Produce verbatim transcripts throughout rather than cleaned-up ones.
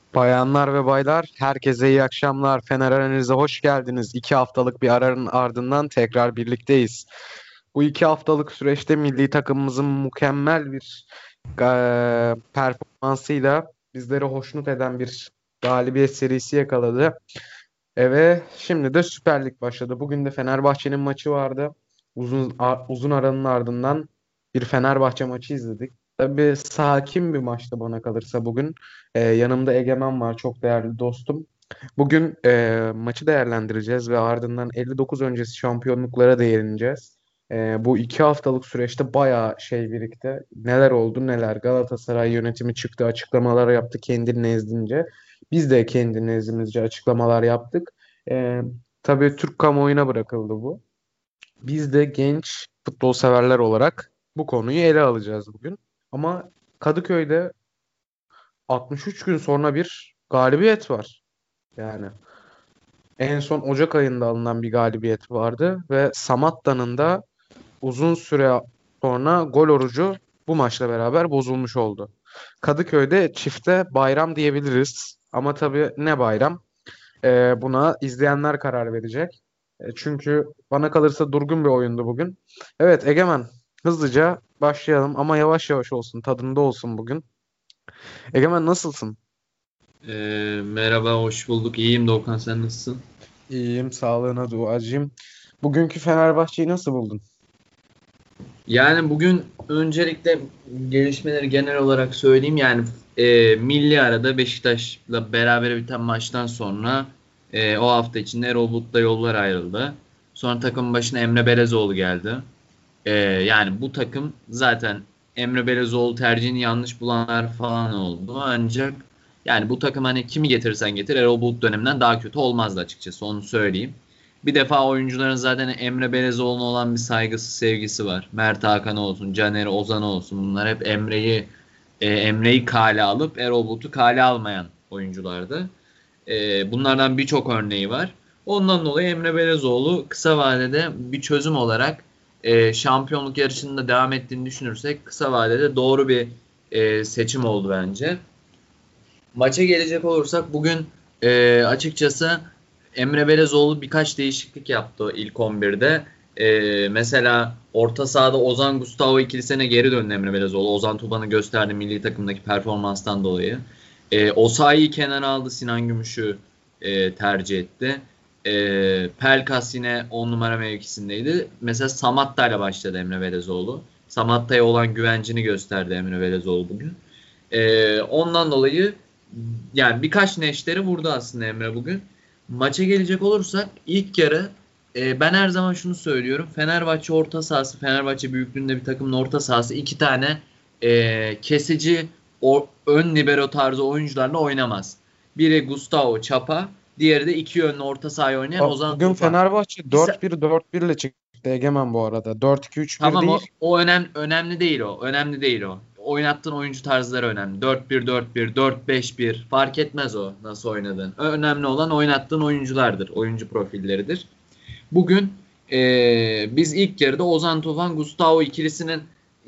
Bayanlar ve baylar, herkese iyi akşamlar. Fener Analiz'e hoş geldiniz. İki haftalık bir aranın ardından tekrar birlikteyiz. Bu iki haftalık süreçte milli takımımızın mükemmel bir eee, performansıyla bizleri hoşnut eden bir galibiyet serisi yakaladı. E ve şimdi de Süper Lig başladı. Bugün de Fenerbahçe'nin maçı vardı. Uzun a- uzun aranın ardından bir Fenerbahçe maçı izledik. Tabii sakin bir maçtı bana kalırsa bugün. E, yanımda Egemen var, çok değerli dostum. Bugün e, maçı değerlendireceğiz ve ardından elli dokuz öncesi şampiyonluklara değineceğiz. E, bu iki haftalık süreçte bayağı şey birikti. Neler oldu neler. Galatasaray yönetimi çıktı, açıklamalar yaptı kendi nezdince. Biz de kendi nezdimizce açıklamalar yaptık. Ee, tabii Türk kamuoyuna bırakıldı bu. Biz de genç futbol severler olarak bu konuyu ele alacağız bugün. Ama Kadıköy'de altmış üç gün sonra bir galibiyet var. Yani en son Ocak ayında alınan bir galibiyet vardı ve Samatta'nın da uzun süre sonra gol orucu bu maçla beraber bozulmuş oldu. Kadıköy'de çifte bayram diyebiliriz. Ama tabii ne bayram? Ee, buna izleyenler karar verecek. E, çünkü bana kalırsa durgun bir oyundu bugün. Evet Egemen, hızlıca başlayalım ama yavaş yavaş olsun, tadında olsun bugün. Egemen nasılsın? Ee, merhaba, hoş bulduk. İyiyim Doğukan, sen nasılsın? İyiyim, sağlığına duacıyım. Bugünkü Fenerbahçe'yi nasıl buldun? Yani bugün öncelikle gelişmeleri genel olarak söyleyeyim. Yani e, milli arada Beşiktaş'la beraber biten maçtan sonra e, o hafta içinde Erol Bulut'la yollar ayrıldı. Sonra takımın başına Emre Belezoğlu geldi. E, yani bu takım zaten Emre Belezoğlu tercihini yanlış bulanlar falan oldu. Ancak yani bu takım hani kimi getirirsen getir Erol Bulut döneminden daha kötü olmazdı açıkçası, onu söyleyeyim. Bir defa oyuncuların zaten Emre Belezoğlu'na olan bir saygısı, sevgisi var. Mert Hakan olsun, Caner Ozan olsun. Bunlar hep Emre'yi e, Emre'yi kale alıp Erol Bulut'u kale almayan oyunculardı. E, bunlardan birçok örneği var. Ondan dolayı Emre Belezoğlu kısa vadede bir çözüm olarak e, şampiyonluk yarışında devam ettiğini düşünürsek kısa vadede doğru bir e, seçim oldu bence. Maça gelecek olursak bugün e, açıkçası Emre Belezoğlu birkaç değişiklik yaptı ilk on birde. E, mesela orta sahada Ozan Gustavo ikilisine geri döndü Emre Belezoğlu. Ozan Tufan'ı gösterdi milli takımdaki performanstan dolayı. E, Osayi'yi kenara aldı, Sinan Gümüş'ü e, tercih etti. E, Pelkas yine on numara mevkisindeydi. Mesela Samatta ile başladı Emre Belezoğlu. Samatta'ya olan güvencini gösterdi Emre Belezoğlu bugün. E, ondan dolayı yani birkaç neşteri vurdu aslında Emre bugün. Maça gelecek olursak ilk yarı e, ben her zaman şunu söylüyorum. Fenerbahçe orta sahası, Fenerbahçe büyüklüğünde bir takımın orta sahası iki tane e, kesici o, ön libero tarzı oyuncularla oynamaz. Biri Gustavo Çapa, diğeri de iki yönlü orta sahaya oynayan Bak, Ozan bugün Tufan. Fenerbahçe İkisi, dört bir dört bir ile çıktı Egemen bu arada. dört iki üç bir Tamam, o, değil. o önem, önemli değil o. Önemli değil o. Oynattığın oyuncu tarzları önemli. dört bir dört bir, dört beş bir fark etmez o nasıl oynadığın. Önemli olan oynattığın oyunculardır. Oyuncu profilleridir. Bugün eee, biz ilk yarıda Ozan Tufan Gustavo ikilisinin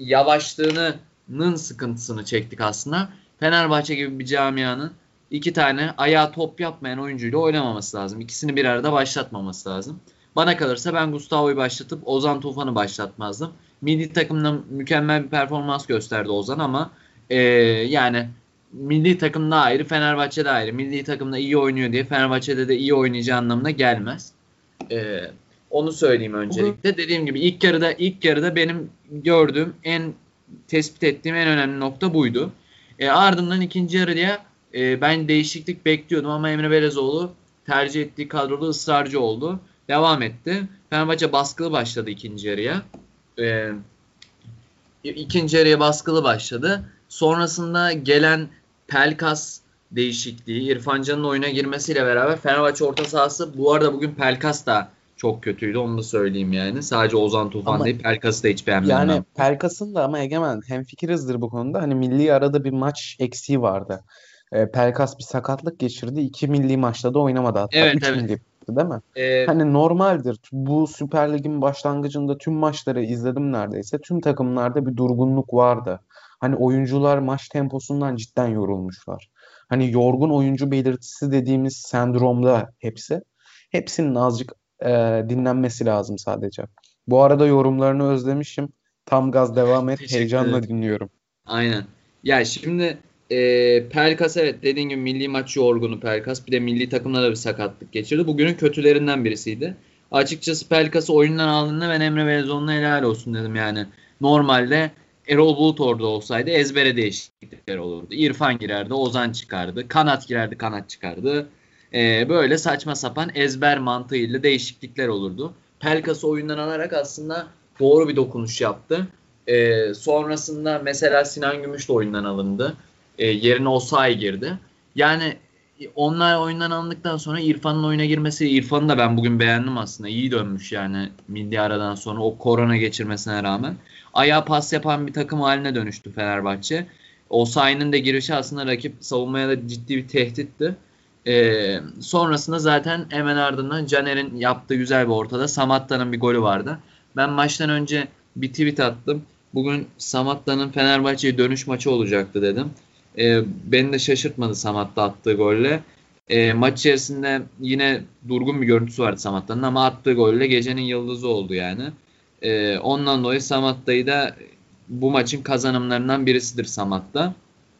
yavaşlığının sıkıntısını çektik aslında. Fenerbahçe gibi bir camianın iki tane ayağı top yapmayan oyuncuyla oynamaması lazım. İkisini bir arada başlatmaması lazım. Bana kalırsa ben Gustavo'yu başlatıp Ozan Tufan'ı başlatmazdım. Milli takımda mükemmel bir performans gösterdi Ozan ama eee, yani milli takımda ayrı, Fenerbahçe'de ayrı. Milli takımda iyi oynuyor diye Fenerbahçe'de de iyi oynayacağı anlamına gelmez. Ee, Onu söyleyeyim Bugün öncelikle. Dediğim gibi ilk yarıda ilk yarıda benim gördüğüm en tespit ettiğim en önemli nokta buydu. E, ardından ikinci yarıya e, ben değişiklik bekliyordum ama Emre Belezoğlu tercih ettiği kadroda ısrarcı oldu. Devam etti. Fenerbahçe baskılı başladı ikinci yarıya. E, ikinci yarıya baskılı başladı. Sonrasında gelen Pelkas değişikliği, İrfan Can'ın oyuna girmesiyle beraber Fenerbahçe orta sahası, bu arada bugün Pelkas da çok kötüydü, onu da söyleyeyim yani. Sadece Ozan Tufan ama değil, Pelkas'ı da hiç beğenmedim yani ben. Pelkas'ın da ama Egemen hemfikirizdir bu konuda. Hani milli arada bir maç eksiği vardı. E, Pelkas bir sakatlık geçirdi. İki milli maçta da oynamadı, hatta Evet, üç evet. milli maçta, değil mi? Ee, Hani normaldir. Bu Süper Lig'in başlangıcında tüm maçları izledim neredeyse. Tüm takımlarda bir durgunluk vardı. Hani oyuncular maç temposundan cidden yorulmuşlar. hani yorgun oyuncu belirtisi dediğimiz sendromda hepsi. Hepsinin azıcık e, dinlenmesi lazım sadece. Bu arada yorumlarını özlemişim. Tam gaz devam et. Teşekkür Heyecanla ederim. dinliyorum. Aynen. Ya şimdi e, Pelkas, evet, dediğin gibi milli maç yorgunu Pelkas. Bir de milli takımda da bir sakatlık geçirdi. Bugünün kötülerinden birisiydi. Açıkçası Pelkas'ı oyundan aldığında ben Emre Belezoğlu'na helal olsun dedim yani. Normalde Erol Bulut orada olsaydı ezbere değişiklikler olurdu. İrfan girerdi, Ozan çıkardı. Kanat girerdi, kanat çıkardı. E, böyle saçma sapan ezber mantığıyla değişiklikler olurdu. Pelkas'ı oyundan alarak aslında doğru bir dokunuş yaptı. Ee, sonrasında mesela Sinan Gümüş de oyundan alındı. Ee, yerine Osayi girdi. Yani onlar oyundan alındıktan sonra İrfan'ın oyuna girmesi, İrfan'ı da ben bugün beğendim aslında. İyi dönmüş yani milli aradan sonra o korona geçirmesine rağmen. Ayağa pas yapan bir takım haline dönüştü Fenerbahçe. Osayi'nin de girişi aslında rakip savunmaya da ciddi bir tehditti. Ee, sonrasında zaten hemen ardından Caner'in yaptığı güzel bir ortada. Samatta'nın bir golü vardı. Ben maçtan önce bir tweet attım. Bugün Samatta'nın Fenerbahçe'ye dönüş maçı olacaktı dedim. E, beni de şaşırtmadı Samatta attığı golle. E, maç içerisinde yine durgun bir görüntüsü vardı Samatta'nın ama attığı golle gecenin yıldızı oldu yani. E, ondan dolayı Samatta'yı da bu maçın kazanımlarından birisidir Samatta.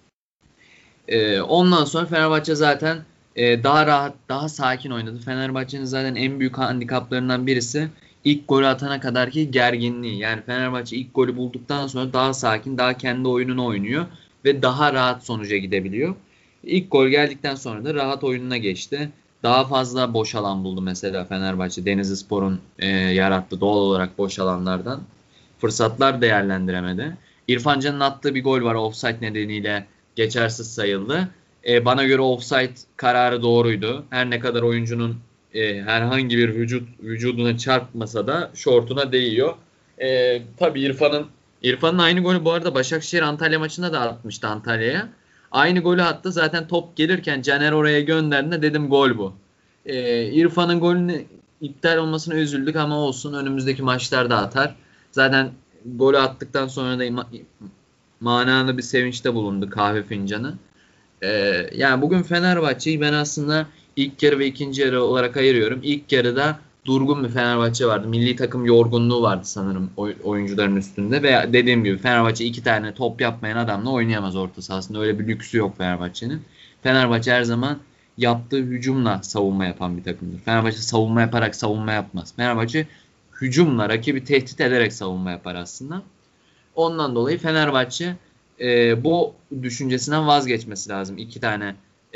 E, ondan sonra Fenerbahçe zaten e, daha rahat, daha sakin oynadı. Fenerbahçe'nin zaten en büyük handikaplarından birisi ilk golü atana kadarki gerginliği. Yani Fenerbahçe ilk golü bulduktan sonra daha sakin, daha kendi oyununu oynuyor ve daha rahat sonuca gidebiliyor. İlk gol geldikten sonra da rahat oyununa geçti. Daha fazla boş alan buldu mesela Fenerbahçe. Denizlispor'un e, yarattığı doğal olarak boş alanlardan fırsatlar değerlendiremedi. İrfan Can'ın attığı bir gol var, offside nedeniyle geçersiz sayıldı. E, bana göre offside kararı doğruydu. Her ne kadar oyuncunun e, herhangi bir vücut vücuduna çarpmasa da şortuna değiyor. E, tabii İrfan'ın İrfan'ın aynı golü bu arada Başakşehir Antalya maçında da atmıştı Antalya'ya. Aynı golü attı. Zaten top gelirken Caner oraya gönderdiğinde dedim gol bu. E, İrfan'ın golünü iptal olmasına üzüldük ama olsun, önümüzdeki maçlarda atar. Zaten golü attıktan sonra da ima- manalı bir sevinçte bulundu kahve fincanı. Ee, yani bugün Fenerbahçe'yi ben aslında ilk yarı ve ikinci yarı olarak ayırıyorum. İlk yarıda durgun bir Fenerbahçe vardı. Milli takım yorgunluğu vardı sanırım oy- oyuncuların üstünde. Ve dediğim gibi Fenerbahçe iki tane top yapmayan adamla oynayamaz orta sahasında. Öyle bir lüksü yok Fenerbahçe'nin. Fenerbahçe her zaman yaptığı hücumla savunma yapan bir takımdır. Fenerbahçe savunma yaparak savunma yapmaz. Fenerbahçe hücumla rakibi tehdit ederek savunma yapar aslında. Ondan dolayı Fenerbahçe e, bu düşüncesinden vazgeçmesi lazım. İki tane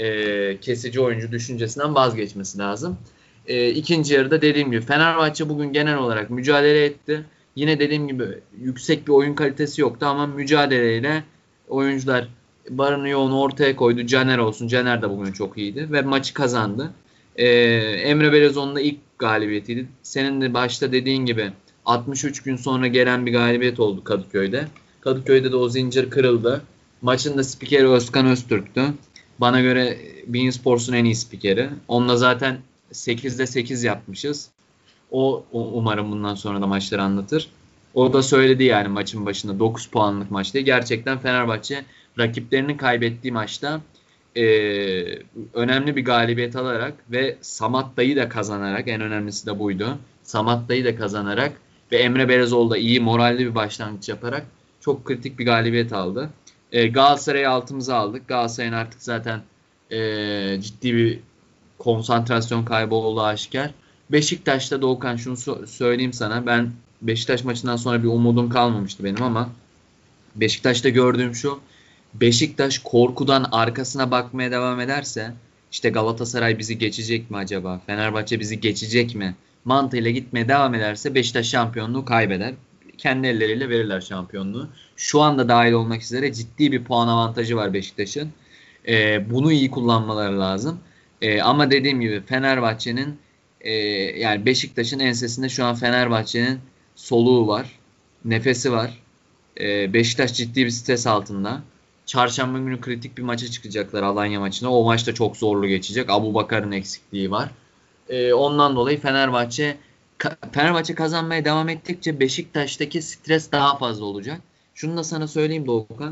e, kesici oyuncu düşüncesinden vazgeçmesi lazım. E, ikinci yarıda dediğim gibi Fenerbahçe bugün genel olarak mücadele etti. Yine dediğim gibi yüksek bir oyun kalitesi yoktu ama mücadeleyle oyuncular barını yoğunu ortaya koydu. Caner olsun. Caner de bugün çok iyiydi ve maçı kazandı. E, Emre Belezoğlu'nun da ilk galibiyetiydi. Senin de başta dediğin gibi altmış üç gün sonra gelen bir galibiyet oldu Kadıköy'de. Kadıköy'de de o zincir kırıldı. Maçın da spikeri Özkan Öztürk'tü. Bana göre beIN Sports'un en iyi spikeri. Onunla zaten sekizde sekiz yapmışız. O, o umarım bundan sonra da maçları anlatır. O da söyledi yani maçın başında dokuz puanlık maç diye. Gerçekten Fenerbahçe rakiplerinin kaybettiği maçta e, önemli bir galibiyet alarak ve Samatta'yı da kazanarak, en önemlisi de buydu. Samatta'yı da kazanarak ve Emre Belezoğlu da iyi moralli bir başlangıç yaparak çok kritik bir galibiyet aldı. E, Galatasaray'ı altımıza aldık. Galatasaray'ın artık zaten e, ciddi bir konsantrasyon kaybı olduğu aşikar. Beşiktaş'ta Doğukan şunu so- söyleyeyim sana. Ben Beşiktaş maçından sonra bir umudum kalmamıştı benim ama Beşiktaş'ta gördüğüm şu. Beşiktaş korkudan arkasına bakmaya devam ederse işte Galatasaray bizi geçecek mi acaba? Fenerbahçe bizi geçecek mi? Mantığıyla gitmeye devam ederse Beşiktaş şampiyonluğu kaybeder. Kendi elleriyle verirler şampiyonluğu. Şu anda dahil olmak üzere ciddi bir puan avantajı var Beşiktaş'ın. Ee, bunu iyi kullanmaları lazım. Ee, ama dediğim gibi Fenerbahçe'nin e, yani Beşiktaş'ın ensesinde şu an Fenerbahçe'nin soluğu var. Nefesi var. Ee, Beşiktaş ciddi bir stres altında. Çarşamba günü kritik bir maça çıkacaklar, Alanya maçına. O maç da çok zorlu geçecek. Abubakar'ın eksikliği var. Ee, ondan dolayı Fenerbahçe Fenerbahçe kazanmaya devam ettikçe Beşiktaş'taki stres daha fazla olacak. Şunu da sana söyleyeyim Doğukan.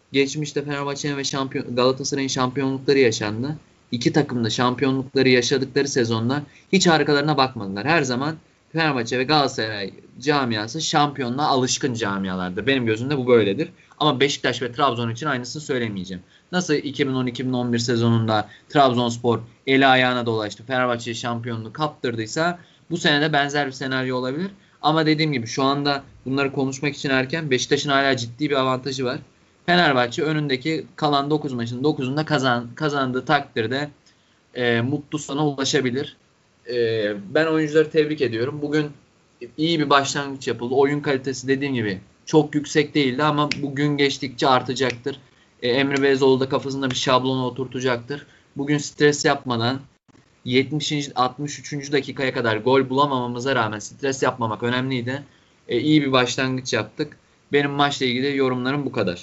Geçmişte Fenerbahçe'nin ve şampiyon, Galatasaray'ın şampiyonlukları yaşandı. İki takım da şampiyonlukları yaşadıkları sezonda hiç arkalarına bakmadılar. Her zaman Fenerbahçe ve Galatasaray camiası şampiyonluğa alışkın camialardır. Benim gözümde bu böyledir. Ama Beşiktaş ve Trabzon için aynısını söylemeyeceğim. Nasıl iki bin on iki bin on bir sezonunda Trabzonspor eli ayağına dolaştı, Fenerbahçe'ye şampiyonluğu kaptırdıysa bu sene de benzer bir senaryo olabilir. Ama dediğim gibi şu anda bunları konuşmak için erken. Beşiktaş'ın hala ciddi bir avantajı var. Fenerbahçe önündeki kalan dokuz maçın dokuzunda kazan, kazandığı takdirde e, mutlu sona ulaşabilir. E, ben oyuncuları tebrik ediyorum. Bugün iyi bir başlangıç yapıldı. Oyun kalitesi dediğim gibi çok yüksek değildi ama bugün geçtikçe artacaktır. E, Emre Belezoğlu da kafasında bir şablonu oturtacaktır. Bugün stres yapmadan yetmişinci altmış üçüncü dakikaya kadar gol bulamamamıza rağmen stres yapmamak önemliydi. E, iyi bir başlangıç yaptık. Benim maçla ilgili yorumlarım bu kadar.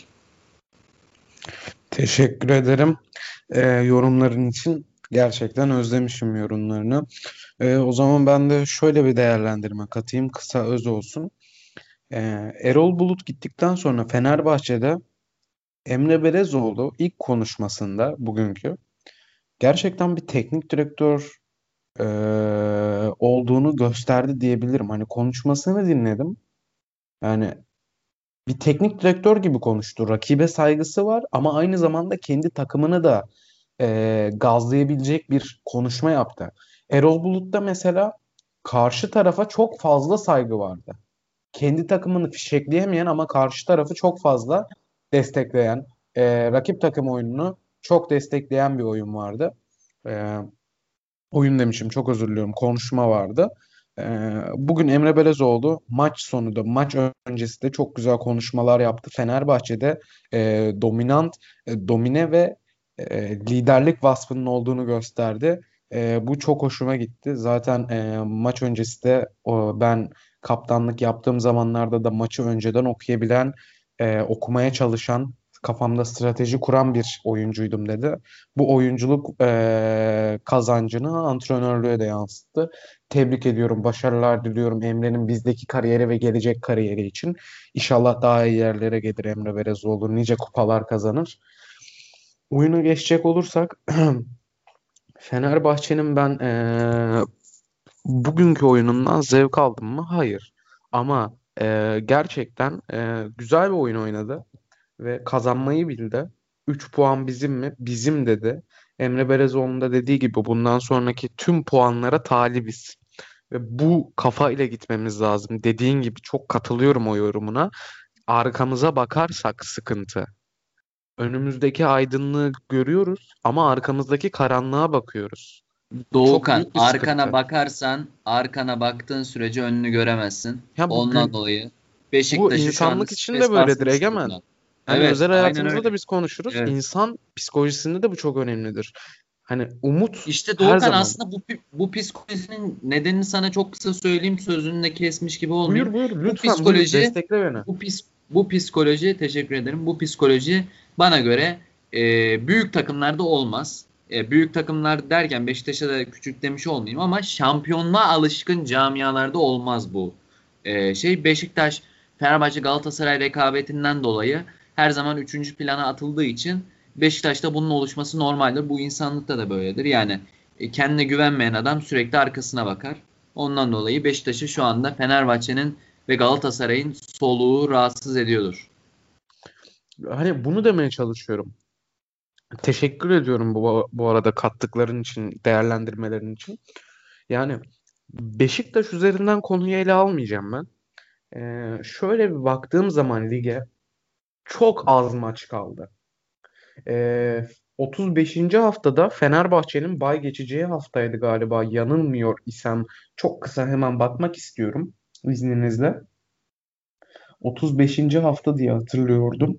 Teşekkür ederim e, yorumların için. Gerçekten özlemişim yorumlarını. E, o zaman ben de şöyle bir değerlendirme katayım. Kısa öz olsun. E, Erol Bulut gittikten sonra Fenerbahçe'de Emre Belezoğlu ilk konuşmasında bugünkü gerçekten bir teknik direktör e, olduğunu gösterdi diyebilirim. Hani konuşmasını dinledim. Yani bir teknik direktör gibi konuştu. Rakibe saygısı var ama aynı zamanda kendi takımını da e, gazlayabilecek bir konuşma yaptı. Erol Bulut'ta mesela karşı tarafa çok fazla saygı vardı. Kendi takımını fişekleyemeyen ama karşı tarafı çok fazla destekleyen, e, rakip takım oyununu çok destekleyen bir oyun vardı. E, Oyun demişim, çok özür diliyorum, konuşma vardı. Ee, bugün Emre Belezoğlu maç sonu da maç öncesi de çok güzel konuşmalar yaptı. Fenerbahçe'de e, dominant, e, domine ve e, liderlik vasfının olduğunu gösterdi. E, bu çok hoşuma gitti. Zaten e, maç öncesi de o, ben kaptanlık yaptığım zamanlarda da maçı önceden okuyabilen, e, okumaya çalışan, kafamda strateji kuran bir oyuncuydum dedi. Bu oyunculuk eee, kazancını antrenörlüğe de yansıttı. Tebrik ediyorum, başarılar diliyorum Emre'nin bizdeki kariyeri ve gelecek kariyeri için. İnşallah daha iyi yerlere gelir Emre Belezoğlu, nice kupalar kazanır. Oyuna geçecek olursak Fenerbahçe'nin ben eee, bugünkü oyunundan zevk aldım mı? Hayır. Ama eee, gerçekten eee, güzel bir oyun oynadı ve kazanmayı bildi. Üç puan bizim mi? Bizim dedi. Emre Belezoğlu'nun da dediği gibi bundan sonraki tüm puanlara talibiz. Ve bu kafa ile gitmemiz lazım. Dediğin gibi çok katılıyorum o yorumuna. Arkamıza bakarsak sıkıntı. Önümüzdeki aydınlığı görüyoruz ama arkamızdaki karanlığa bakıyoruz. Bu çok Doğukan, büyük bir arkana sıkıntı. bakarsan, arkana baktığın sürece önünü göremezsin. Ya bu Ondan gün dolayı Bu Beşiktaş'ı şu anda insanlık için de stres böyledir basmış Egemen. durumda. Hani Evet, özel aynen hayatımızda da öyle. biz konuşuruz. Evet. İnsan psikolojisinde de bu çok önemlidir. Hani umut İşte her Doğukan zaman. aslında bu pi- bu psikolojinin nedenini sana çok kısa söyleyeyim, sözünü de kesmiş gibi Buyur olmayayım. buyur Bu lütfen, buyur, psikoloji destekle beni. bu pis bu psikoloji teşekkür ederim. Bu psikoloji bana göre e, büyük takımlarda olmaz. E, büyük takımlar derken Beşiktaş'a da küçük demiş olmayayım ama şampiyonluğa alışkın camialarda olmaz bu e, şey. Beşiktaş, Fenerbahçe, Galatasaray rekabetinden dolayı her zaman üçüncü plana atıldığı için Beşiktaş'ta bunun oluşması normaldir. Bu insanlıkta da böyledir. Yani e, kendine güvenmeyen adam sürekli arkasına bakar. Ondan dolayı Beşiktaş'ı şu anda Fenerbahçe'nin ve Galatasaray'ın soluğu rahatsız ediyordur. Hani bunu demeye çalışıyorum. Teşekkür ediyorum bu, bu arada kattıkların için, değerlendirmelerin için. Yani Beşiktaş üzerinden konuyu ele almayacağım ben. Ee, şöyle bir baktığım zaman lige çok az maç kaldı. Ee, otuz beşinci haftada Fenerbahçe'nin bay geçeceği haftaydı galiba, yanılmıyor isem. Çok kısa hemen bakmak istiyorum izninizle. otuz beşinci hafta diye hatırlıyordum.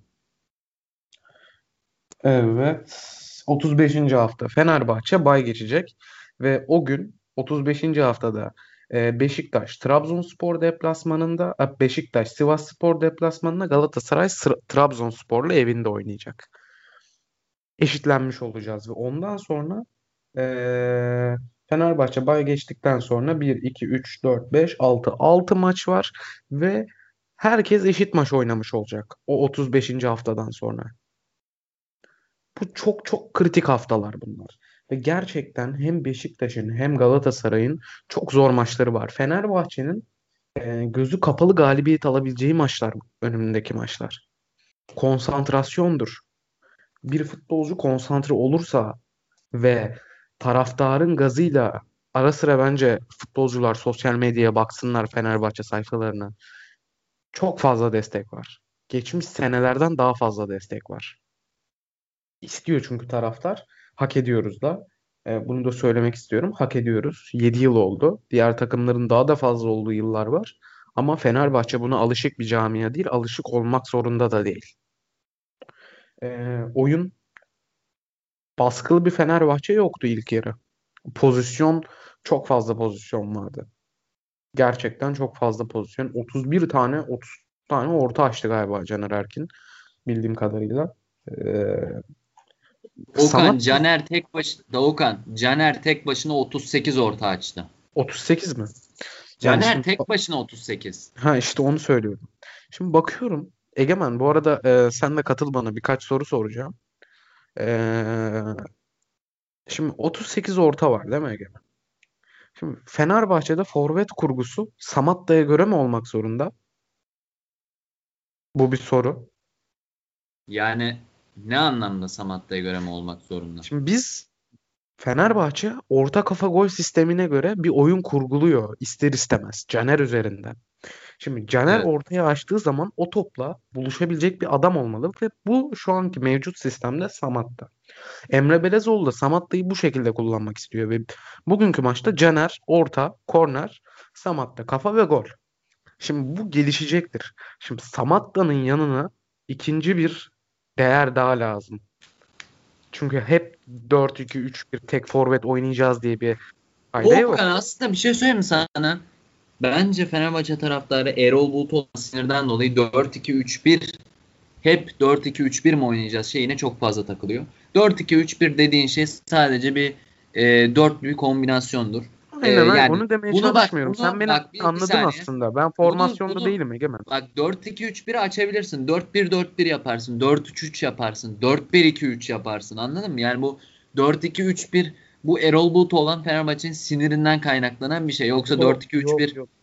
Evet. otuz beşinci hafta Fenerbahçe bay geçecek ve o gün otuz beşinci haftada e, Beşiktaş Trabzonspor deplasmanında, e, Beşiktaş Sivasspor deplasmanında, Galatasaray Sıra- Trabzonspor'la evinde oynayacak. Eşitlenmiş olacağız ve ondan sonra eee, Fenerbahçe bay geçtikten sonra bir, iki, üç, dört, beş, altı, altı maç var ve herkes eşit maç oynamış olacak o otuz beşinci haftadan sonra. Bu çok çok kritik haftalar bunlar. Ve gerçekten hem Beşiktaş'ın hem Galatasaray'ın çok zor maçları var. Fenerbahçe'nin e, gözü kapalı galibiyet alabileceği maçlar önümündeki maçlar. Konsantrasyondur. Bir futbolcu konsantre olursa ve taraftarın gazıyla ara sıra bence futbolcular sosyal medyaya baksınlar Fenerbahçe sayfalarına. Çok fazla destek var. Geçmiş senelerden daha fazla destek var. İstiyor çünkü taraftar. Hak ediyoruz da. E, bunu da söylemek istiyorum. Hak ediyoruz. Yedi yıl oldu. Diğer takımların daha da fazla olduğu yıllar var. Ama Fenerbahçe buna alışık bir camia değil. Alışık olmak zorunda da değil. E, oyun baskılı bir Fenerbahçe yoktu ilk yarı. Pozisyon çok fazla pozisyon vardı. Gerçekten çok fazla pozisyon. otuz bir tane otuz tane orta açtı galiba Caner Erkin bildiğim kadarıyla. Ee, Okan Samat Caner tek baş Doğukan Caner tek başına otuz sekiz orta açtı. otuz sekiz mi? Yani Caner şimdi tek başına otuz sekiz. ha işte onu söylüyorum. Şimdi bakıyorum. Egemen bu arada e, sen de katıl bana birkaç soru soracağım. Ee, Şimdi otuz sekiz orta var değil mi Egemen? Şimdi Fenerbahçe'de forvet kurgusu Samatta'ya göre mi olmak zorunda? Bu bir soru. Yani ne anlamda Samatta'ya göre mi olmak zorunda? Şimdi biz Fenerbahçe orta kafa gol sistemine göre bir oyun kurguluyor ister istemez Caner üzerinden. Şimdi Caner Evet. ortaya açtığı zaman o topla buluşabilecek bir adam olmalı ve bu şu anki mevcut sistemde Samatta. Emre Belezoğlu da Samatta'yı bu şekilde kullanmak istiyor ve bugünkü maçta Caner orta, korner, Samatta kafa ve gol. Şimdi bu gelişecektir. Şimdi Samatta'nın yanına ikinci bir değer daha lazım. Çünkü hep dört iki üç bir tek forvet oynayacağız diye bir kayda yok. Okan aslında bir şey söyleyeyim mi sana? Bence Fenerbahçe taraftarı Erol Bulut olan sinirden dolayı dört iki üç bir hep dört iki üç bir mi oynayacağız şeyine çok fazla takılıyor. dört iki üç bir dediğin şey sadece bir e, dörtlü bir kombinasyondur. E, Aynen aynen yani onu demeye bunu bak çalışmıyorum. Sen bunu beni bak bir, bir anladın saniye. aslında. Ben Bunu formasyonda bunu değilim Egemen. bak dört iki üç biri açabilirsin. dört bir dört bir yaparsın. dört üç üç yaparsın. dört bir iki üç yaparsın. Anladın mı? Yani bu dört iki üç bir bu Erol Bulut olan Fenerbahçe'nin sinirinden kaynaklanan bir şey. Yoksa Yok dört iki üç yok bir yok.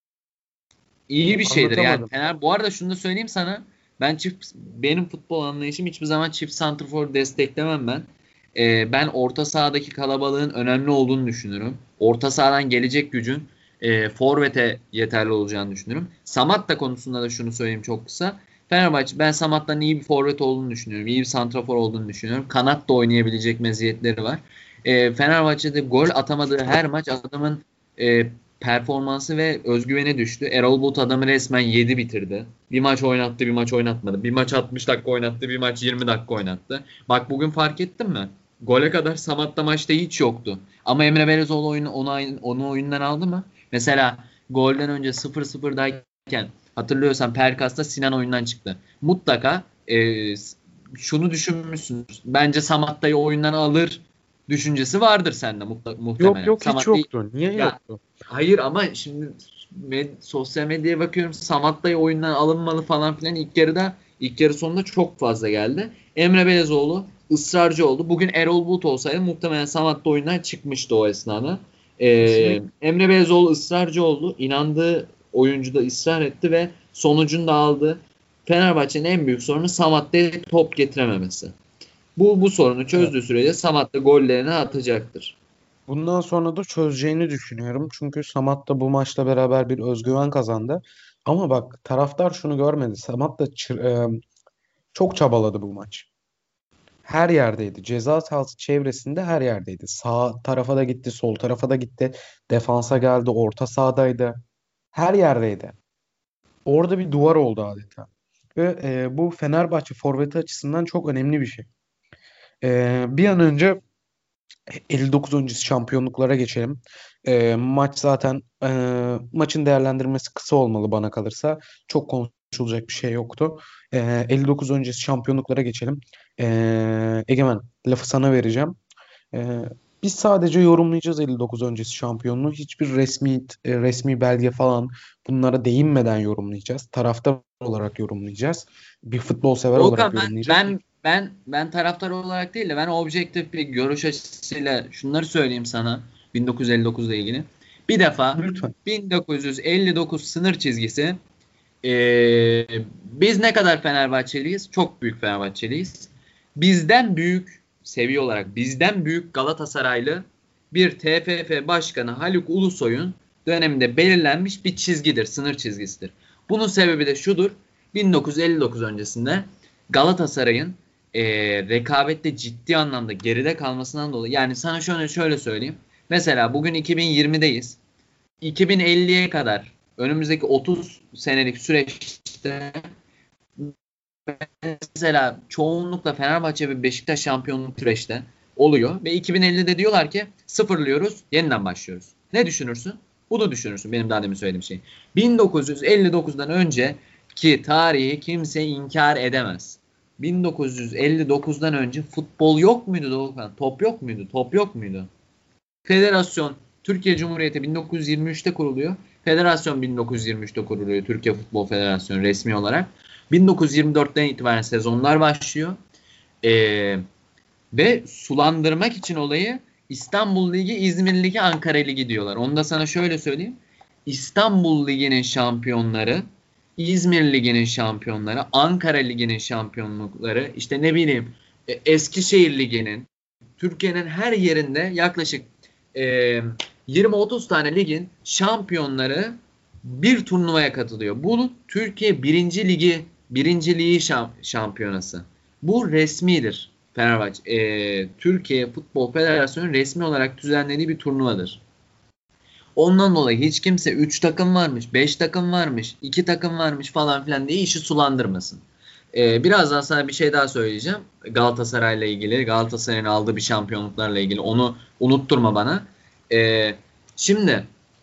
iyi bir şeydir. Yani Anlatamadım. Fener bu arada şunu da söyleyeyim sana. Ben çift benim futbol anlayışım hiçbir zaman çift santrfor desteklemem ben. Ee, ben orta sahadaki kalabalığın önemli olduğunu düşünürüm. Orta sahadan gelecek gücün e, forvete yeterli olacağını düşünürüm. Samatta konusunda da şunu söyleyeyim çok kısa. Fenerbahçe ben Samatta'nın iyi bir forvet olduğunu düşünüyorum. İyi bir santrafor olduğunu düşünüyorum. Kanat da oynayabilecek meziyetleri var. Ee, Fenerbahçe'de gol atamadığı her maç adamın e, performansı ve özgüveni düştü. Erol Bulut adamı resmen yedi bitirdi. Bir maç oynattı, bir maç oynatmadı. Bir maç altmış dakika oynattı, bir maç yirmi dakika oynattı. Bak bugün fark ettin mi? Gole kadar Samatta maçta hiç yoktu. Ama Emre Belezoğlu oyunu, onu, onu oyundan aldı mı? Mesela golden önce sıfır sıfırdayken hatırlıyorsan Pelkas'ta Sinan oyundan çıktı. Mutlaka e, şunu düşünmüşsünüz. Bence Samatta'yı oyundan alır düşüncesi vardır sende Yok muhtemelen. yok hiç Samatta'yı yoktu. Niye ya yoktu? hayır ama şimdi med- sosyal medyaya bakıyorum Samatta'yı oyundan alınmalı falan filan ilk yarıda ilk yarı sonunda çok fazla geldi. Emre Belezoğlu ısrarcı oldu. Bugün Erol Bulut olsaydı muhtemelen Samatta oyundan çıkmıştı o esnada. Ee, Kesinlikle. Emre Belezoğlu ısrarcı oldu. İnandığı oyuncu da ısrar etti ve sonucunu da aldı. Fenerbahçe'nin en büyük sorunu Samatta'ya top getirememesi. Bu bu sorunu Evet. çözdüğü sürece Samatta gollerini atacaktır. Bundan sonra da çözeceğini düşünüyorum. Çünkü Samat da bu maçla beraber bir özgüven kazandı. Ama bak taraftar şunu görmedi. Samat da çır- e, çok çabaladı bu maç. Her yerdeydi. Ceza sahası çevresinde her yerdeydi. Sağ tarafa da gitti, sol tarafa da gitti. Defansa geldi, orta sahadaydı. Her yerdeydi. Orada bir duvar oldu adeta. Ve e, bu Fenerbahçe forveti açısından çok önemli bir şey. E, bir an önce elli dokuz öncesi şampiyonluklara geçelim. E, maç zaten e, maçın değerlendirmesi kısa olmalı bana kalırsa. Çok konuşulacak bir şey yoktu. E, elli dokuz öncesi şampiyonluklara geçelim. E, Egemen lafı sana vereceğim. E, Biz sadece yorumlayacağız elli dokuz öncesi şampiyonluğu. Hiçbir resmi e, resmi belge falan bunlara değinmeden yorumlayacağız. Taraftar olarak yorumlayacağız. Bir futbol sever olarak Volkan ben yorumlayacağız. ben ben ben taraftar olarak değil de ben objektif bir görüş açısıyla şunları söyleyeyim sana bin dokuz yüz elli dokuz ile ilgili. Bir defa Lütfen. bin dokuz yüz elli dokuz sınır çizgisi, ee, biz ne kadar Fenerbahçeliyiz? Çok büyük Fenerbahçeliyiz. Bizden büyük seviye olarak bizden büyük Galatasaraylı bir T F F Başkanı Haluk Ulusoy'un döneminde belirlenmiş bir çizgidir, sınır çizgisidir. Bunun sebebi de şudur: bin dokuz yüz elli dokuz öncesinde Galatasaray'ın e, rekabette ciddi anlamda geride kalmasından dolayı, yani sana şöyle şöyle söyleyeyim. Mesela bugün iki bin yirmideyiz. iki bin elliye kadar önümüzdeki otuz senelik süreçte mesela çoğunlukla Fenerbahçe ve Beşiktaş şampiyonluk süreçte oluyor ve iki bin ellide diyorlar ki sıfırlıyoruz, yeniden başlıyoruz. Ne düşünürsün? Bunu düşünürsün, benim daha demin söylediğim şey. bin dokuz yüz elli dokuzdan önce ki tarihi kimse inkar edemez. bin dokuz yüz elli dokuzdan önce futbol yok muydu Doğukan? Top yok muydu? Top yok muydu? Federasyon Türkiye Cumhuriyeti bin dokuz yüz yirmi üçte kuruluyor. Federasyon bin dokuz yüz yirmi üçte kuruluyor. Türkiye Futbol Federasyonu resmi olarak. bin dokuz yüz yirmi dörtten itibaren sezonlar başlıyor. Ee, ve sulandırmak için olayı İstanbul Ligi, İzmir Ligi, Ankara Ligi diyorlar. Onu da sana şöyle söyleyeyim. İstanbul Ligi'nin şampiyonları, İzmir Ligi'nin şampiyonları, Ankara Ligi'nin şampiyonlukları, işte ne bileyim Eskişehir Ligi'nin, Türkiye'nin her yerinde yaklaşık e, yirmi otuz tane ligin şampiyonları bir turnuvaya katılıyor. Bu Türkiye birinci Ligi birinci Ligi şampiyonası. Bu resmidir. Fenerbahçe e, Türkiye Futbol Federasyonu resmi olarak düzenlediği bir turnuvadır. Ondan dolayı hiç kimse üç takım varmış, beş takım varmış, iki takım varmış falan filan diye işi sulandırmasın. Ee, birazdan sana bir şey daha söyleyeceğim. Galatasaray'la ilgili, Galatasaray'ın aldığı bir şampiyonluklarla ilgili. Onu unutturma bana. Ee, şimdi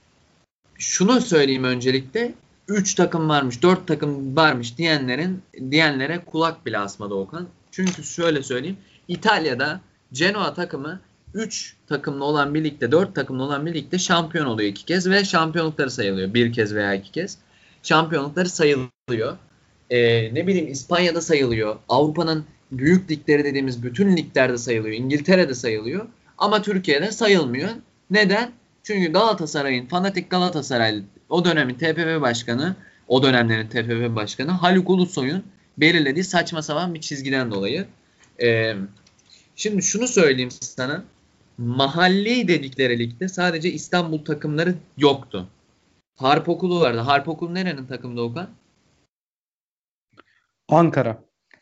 şunu söyleyeyim öncelikle. üç takım varmış, dört takım varmış diyenlerin diyenlere kulak bile asmadı Okan. Çünkü şöyle söyleyeyim. İtalya'da Genoa takımı üç takımlı olan bir ligde, dört takımlı olan bir ligde şampiyon oluyor iki kez ve şampiyonlukları sayılıyor. Bir kez veya iki kez. Şampiyonlukları sayılıyor. Ee, ne bileyim İspanya'da sayılıyor. Avrupa'nın büyük ligleri dediğimiz bütün liglerde sayılıyor. İngiltere'de sayılıyor. Ama Türkiye'de sayılmıyor. Neden? Çünkü Galatasaray'ın, fanatik Galatasaray, o dönemin T F F başkanı, o dönemlerin T F F başkanı Haluk Ulusoy'un belirlediği saçma sapan bir çizgiden dolayı. Ee, şimdi şunu söyleyeyim sana. Mahalli dedikleri ligde sadece İstanbul takımları yoktu. Harp Okulu vardı. Harp Okulu nerenin takımdı Okan? Ankara.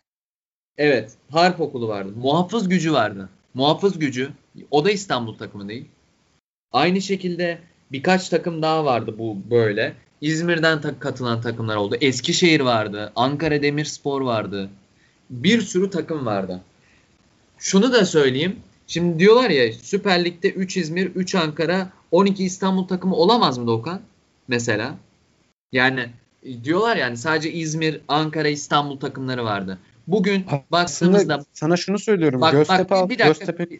Evet. Harp Okulu vardı. Muhafız Gücü vardı. Muhafız Gücü. O da İstanbul takımı değil. Aynı şekilde birkaç takım daha vardı bu böyle. İzmir'den ta- katılan takımlar oldu. Eskişehir vardı. Ankara Demirspor vardı. Bir sürü takım vardı. Şunu da söyleyeyim. Şimdi diyorlar ya Süper Lig'de üç İzmir, üç Ankara, on iki İstanbul takımı olamaz mı Doğukan? Mesela. Yani diyorlar yani sadece İzmir, Ankara, İstanbul takımları vardı. Bugün Aslında baktığımızda sana şunu söylüyorum. bak Göztepe, bak al- bir, bir dakika. Göztepe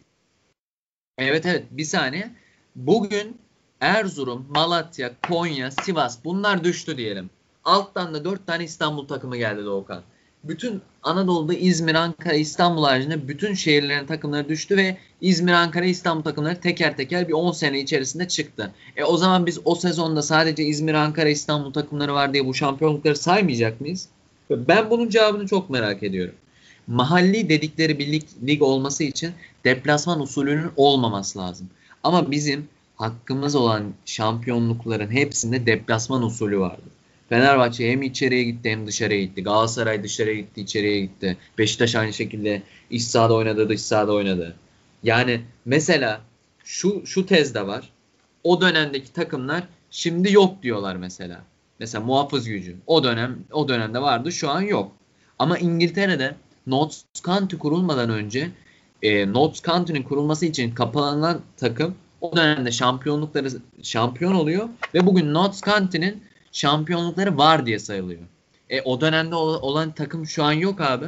Evet evet bir saniye. Bugün Erzurum, Malatya, Konya, Sivas bunlar düştü diyelim. Alttan da dört tane İstanbul takımı geldi Doğukan. Bütün Anadolu'da İzmir, Ankara, İstanbul haricinde bütün şehirlerin takımları düştü ve İzmir, Ankara, İstanbul takımları teker teker bir on sene içerisinde çıktı. E o zaman biz o sezonda sadece İzmir, Ankara, İstanbul takımları var diye bu şampiyonlukları saymayacak mıyız? Ben bunun cevabını çok merak ediyorum. Mahalli dedikleri bir lig, lig olması için deplasman usulünün olmaması lazım. Ama bizim hakkımız olan şampiyonlukların hepsinde deplasman usulü vardı. Fenerbahçe hem içeriye gitti hem dışarıya gitti. Galatasaray dışarıya gitti, içeriye gitti. Beşiktaş aynı şekilde iç sahada oynadı, dış sahada oynadı. Yani mesela şu şu tez de var. O dönemdeki takımlar şimdi yok diyorlar mesela. Mesela Muhafız Gücü. O dönem o dönemde vardı, şu an yok. Ama İngiltere'de Notts County kurulmadan önce e, Notts County'nin kurulması için kapanan takım o dönemde şampiyonlukları şampiyon oluyor ve bugün Notts County'nin şampiyonlukları var diye sayılıyor. E o dönemde olan takım şu an yok abi.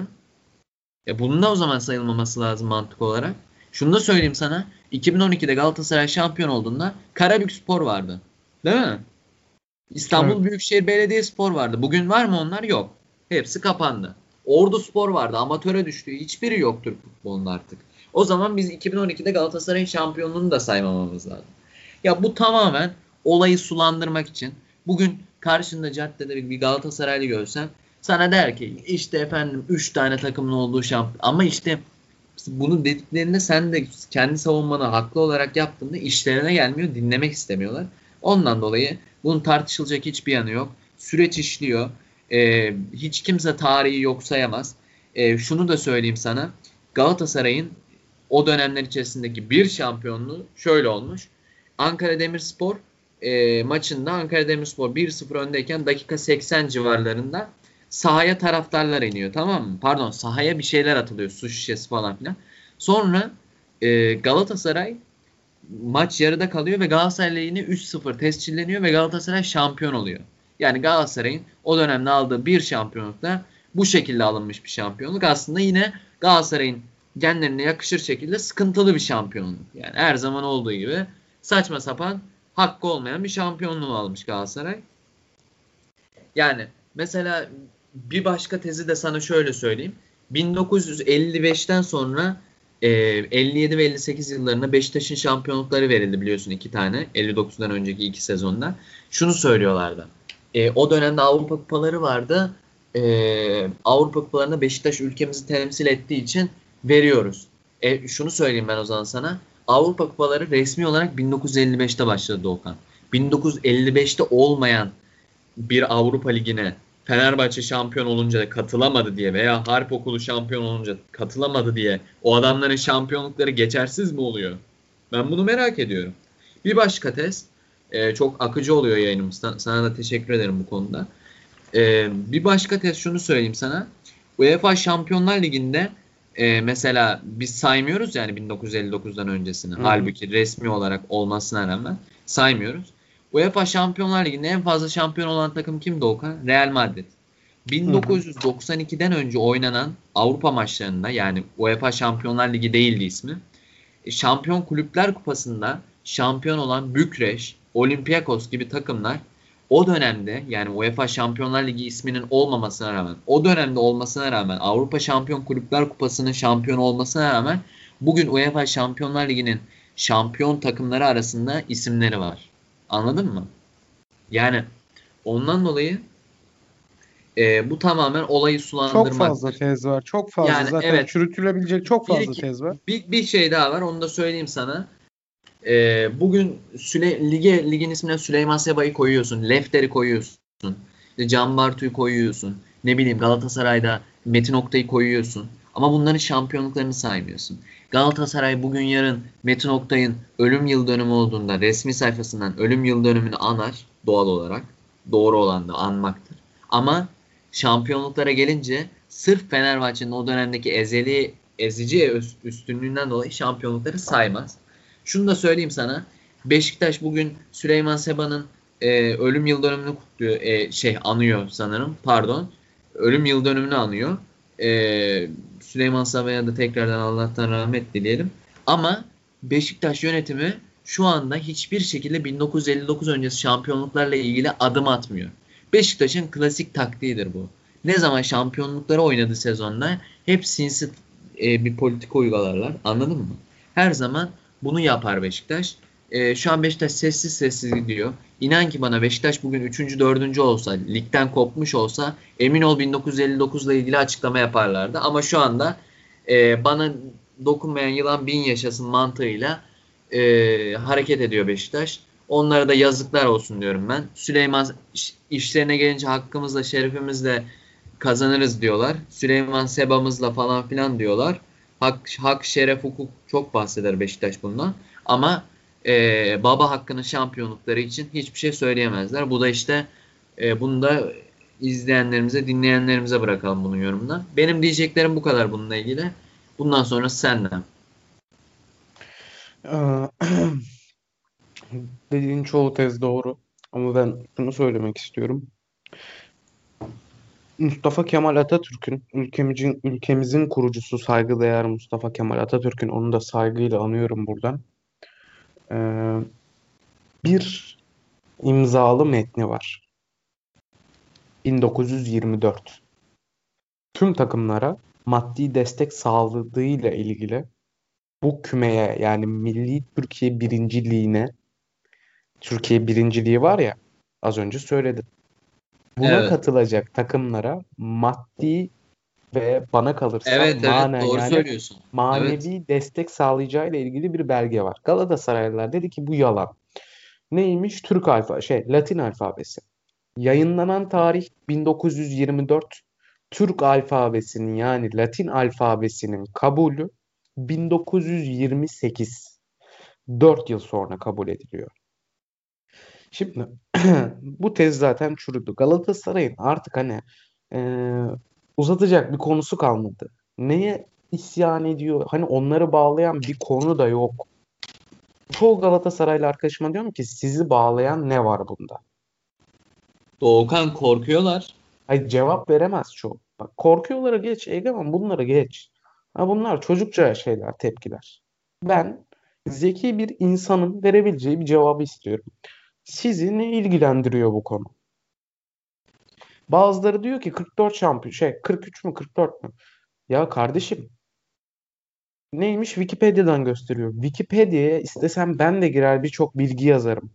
E bunun da o zaman sayılmaması lazım mantık olarak. Şunu da söyleyeyim sana. iki bin on ikide Galatasaray şampiyon olduğunda Karabükspor vardı. Değil mi? İstanbul Evet. Büyükşehir Belediyespor vardı. Bugün var mı onlar? Yok. Hepsi kapandı. Orduspor vardı. Amatöre düştü. Hiçbiri yok Türk futbolunda artık. O zaman biz iki bin on ikide Galatasaray'ın şampiyonluğunu da saymamamız lazım. Ya bu tamamen olayı sulandırmak için. Bugün karşında caddede bir Galatasaraylı görsen sana der ki işte efendim üç tane takımın olduğu şampiyon. Ama işte bunu dediklerinde sen de kendi savunmanı haklı olarak yaptığında işlerine gelmiyor, dinlemek istemiyorlar. Ondan dolayı bunun tartışılacak hiçbir yanı yok. Süreç işliyor. Ee, hiç kimse tarihi yok sayamaz. Ee, şunu da söyleyeyim sana. Galatasaray'ın o dönemler içerisindeki bir şampiyonluğu şöyle olmuş. Ankara Demirspor e, maçında Ankara Demirspor bir sıfır öndeyken dakika seksen civarlarında sahaya taraftarlar iniyor, tamam mı? Pardon, sahaya bir şeyler atılıyor. Su şişesi falan filan. Sonra e, Galatasaray maç yarıda kalıyor ve Galatasaray'la yine üç sıfır tescilleniyor ve Galatasaray şampiyon oluyor. Yani Galatasaray'ın o dönemde aldığı bir şampiyonluk da bu şekilde alınmış bir şampiyonluk. Aslında yine Galatasaray'ın genlerine yakışır şekilde sıkıntılı bir şampiyonluk. Yani her zaman olduğu gibi saçma sapan, hakkı olmayan bir şampiyonluğu almış Galatasaray. Yani mesela bir başka tezi de sana şöyle söyleyeyim. bin dokuz yüz elli beşten sonra e, elli yedi ve elli sekiz yıllarında Beşiktaş'ın şampiyonlukları verildi biliyorsun, iki tane. elli dokuzdan önceki iki sezonda. Şunu söylüyorlardı. E, o dönemde Avrupa kupaları vardı. E, Avrupa kupalarında Beşiktaş ülkemizi temsil ettiği için veriyoruz. E, şunu söyleyeyim ben o zaman sana. Avrupa kupaları resmi olarak bin dokuz yüz elli beşte başladı Doğukan. bin dokuz yüz elli beşte olmayan bir Avrupa Ligi'ne Fenerbahçe şampiyon olunca da katılamadı diye veya Harp Okulu şampiyon olunca katılamadı diye o adamların şampiyonlukları geçersiz mi oluyor? Ben bunu merak ediyorum. Bir başka test, e, çok akıcı oluyor yayınımız. Sana da teşekkür ederim bu konuda. E, bir başka test şunu söyleyeyim sana. UEFA Şampiyonlar Ligi'nde e, mesela biz saymıyoruz yani bin dokuz yüz elli dokuzdan öncesini. Hı hı. Halbuki resmi olarak olmasına rağmen saymıyoruz. UEFA Şampiyonlar Ligi'nde en fazla şampiyon olan takım kim Doğukan? Real Madrid. Hı hı. bin dokuz yüz doksan ikiden önce oynanan Avrupa maçlarında, yani UEFA Şampiyonlar Ligi değildi ismi. E, Şampiyon Kulüpler Kupası'nda şampiyon olan Bükreş, Olympiakos gibi takımlar o dönemde, yani UEFA Şampiyonlar Ligi isminin olmamasına rağmen, o dönemde olmasına rağmen, Avrupa Şampiyon Kulüpler Kupası'nın şampiyon olmasına rağmen bugün UEFA Şampiyonlar Ligi'nin şampiyon takımları arasında isimleri var. Anladın mı? Yani ondan dolayı e, bu tamamen olayı Çok fazla sulandırmaktır. tez var. Çok fazla. Yani Zaten evet, çürütülebilecek çok bir, fazla iki, tez var. bir, bir şey daha var, onu da söyleyeyim sana. E, bugün Süle, lige, ligin ismine Süleyman Seba'yı koyuyorsun, Lefter'i koyuyorsun, işte Can Bartu'yu koyuyorsun, ne bileyim Galatasaray'da Metin Oktay'ı koyuyorsun. Ama bunların şampiyonluklarını saymıyorsun. Galatasaray bugün yarın Metin Oktay'ın ölüm yıl dönümü olduğunda resmi sayfasından ölüm yıl dönümünü anar doğal olarak. Doğru olan da anmaktır. Ama şampiyonluklara gelince sırf Fenerbahçe'nin o dönemdeki ezeli ezici üstünlüğünden dolayı şampiyonlukları saymaz. Şunu da söyleyeyim sana. Beşiktaş bugün Süleyman Seba'nın e, ölüm yıl dönümünü kutluyor. E, şey anıyor sanırım. Pardon. Ölüm yıl dönümünü anıyor. E, Süleyman Seba'ya da tekrardan Allah'tan rahmet dileyelim. Ama Beşiktaş yönetimi şu anda hiçbir şekilde bin dokuz yüz elli dokuz öncesi şampiyonluklarla ilgili adım atmıyor. Beşiktaş'ın klasik taktiğidir bu. Ne zaman şampiyonlukları oynadığı sezonda hep sinsi e, bir politika uygularlar. Anladın mı? Her zaman bunu yapar Beşiktaş. E, şu an Beşiktaş sessiz sessiz gidiyor. İnan ki bana, Beşiktaş bugün üçüncü dördüncü olsa, ligden kopmuş olsa emin ol bin dokuz yüz elli dokuzla ilgili açıklama yaparlardı. Ama şu anda e, bana dokunmayan yılan bin yaşasın mantığıyla e, hareket ediyor Beşiktaş. Onlara da yazıklar olsun diyorum ben. Süleyman işlerine gelince hakkımızla şerefimizle kazanırız diyorlar. Süleyman Seba'mızla falan filan diyorlar. Hak, hak, şeref, hukuk çok bahseder Beşiktaş bundan. Ama e, baba hakkının şampiyonlukları için hiçbir şey söyleyemezler. Bu da işte e, bunu da izleyenlerimize, dinleyenlerimize bırakalım bunun yorumuna. Benim diyeceklerim bu kadar bununla ilgili. Bundan sonra senden. Ee, Dediğin çoğu tez doğru. Ama ben şunu söylemek istiyorum. Mustafa Kemal Atatürk'ün ülkemizin ülkemizin kurucusu, saygıdeğer Mustafa Kemal Atatürk'ün, onu da saygıyla anıyorum buradan. Ee, bir imzalı metni var. bin dokuz yüz yirmi dört. tüm takımlara maddi destek sağladığıyla ilgili bu kümeye yani Milli Türkiye Birinciliğine, Türkiye Birinciliği var ya, az önce söyledim. Buna Evet. katılacak takımlara maddi ve bana kalırsa Evet, evet, manen doğru yani söylüyorsun. Evet. manevi destek sağlayacağıyla ilgili bir belge var. Galatasaraylılar dedi ki bu yalan. Neymiş? Türk alfa şey Latin alfabesi. Yayınlanan tarih bin dokuz yüz yirmi dört. Türk alfabesinin yani Latin alfabesinin kabulü bin dokuz yüz yirmi sekiz. dört yıl sonra kabul ediliyor. Şimdi bu tez zaten çürüdü. Galatasaray'ın artık hani e, uzatacak bir konusu kalmadı. Neye isyan ediyor? Hani onları bağlayan bir konu da yok. Çoğu Galatasaraylı arkadaşıma diyorum ki sizi bağlayan ne var bunda? Doğukan, korkuyorlar. Hayır, cevap veremez çoğu. Bak, korkuyorları geç Egemen, bunları geç. Ha, bunlar çocukça şeyler, tepkiler. Ben zeki bir insanın verebileceği bir cevabı istiyorum. Sizi ne ilgilendiriyor bu konu? Bazıları diyor ki kırk dört şampiyon şey kırk üç mü kırk dört mü? Ya kardeşim, neymiş Wikipedia'dan gösteriyor. Wikipedia'ya istesem ben de girer birçok bilgi yazarım.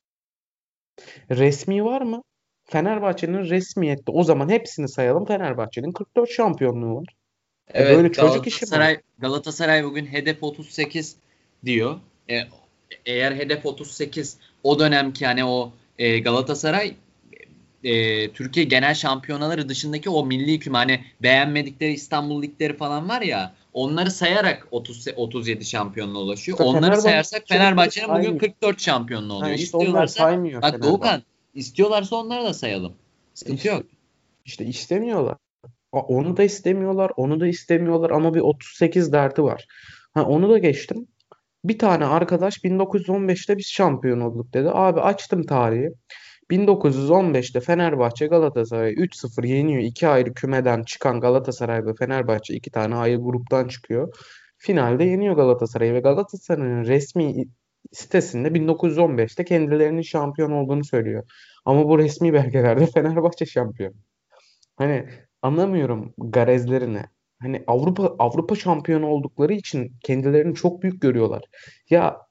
Resmi var mı? Fenerbahçe'nin resmiyette o zaman hepsini sayalım. Fenerbahçe'nin kırk dört şampiyonluğu var. E böyle Evet, çocuk işi mi olur? Galatasaray Galatasaray bugün hedef otuz sekiz diyor. E, Eğer hedef otuz sekiz, o dönemki hani o e, Galatasaray e, Türkiye genel şampiyonaları dışındaki o milli küme, hani beğenmedikleri İstanbul ligleri falan var ya, onları sayarak otuz otuz yedi şampiyonluğa ulaşıyor. İşte Onları sayarsak Fenerbahçe'ninkileri Fenerbahçe'nin bugün saymıyor. kırk dört şampiyonluğu Ha, oluyor. işte onlar İstiyorlarsa saymıyor bak Fenerbahçe. Doğukan, istiyorlarsa onları da sayalım. E Sıkıntı İşte, yok. işte istemiyorlar. A- Onu da istemiyorlar, onu da istemiyorlar ama bir otuz sekiz derdi var. Ha, onu da geçtim. Bir tane arkadaş bin dokuz yüz on beşte biz şampiyon olduk dedi. Abi açtım tarihi. bin dokuz yüz on beşte Fenerbahçe Galatasaray üç sıfır yeniyor. İki ayrı kümeden çıkan Galatasaray ve Fenerbahçe iki tane ayrı gruptan çıkıyor. Finalde yeniyor Galatasaray'ı ve Galatasaray'ın resmi sitesinde bin dokuz yüz on beşte kendilerinin şampiyon olduğunu söylüyor. Ama bu resmi belgelerde Fenerbahçe şampiyon. Hani anlamıyorum garezlerini. Hani Avrupa Avrupa şampiyonu oldukları için kendilerini çok büyük görüyorlar. Ya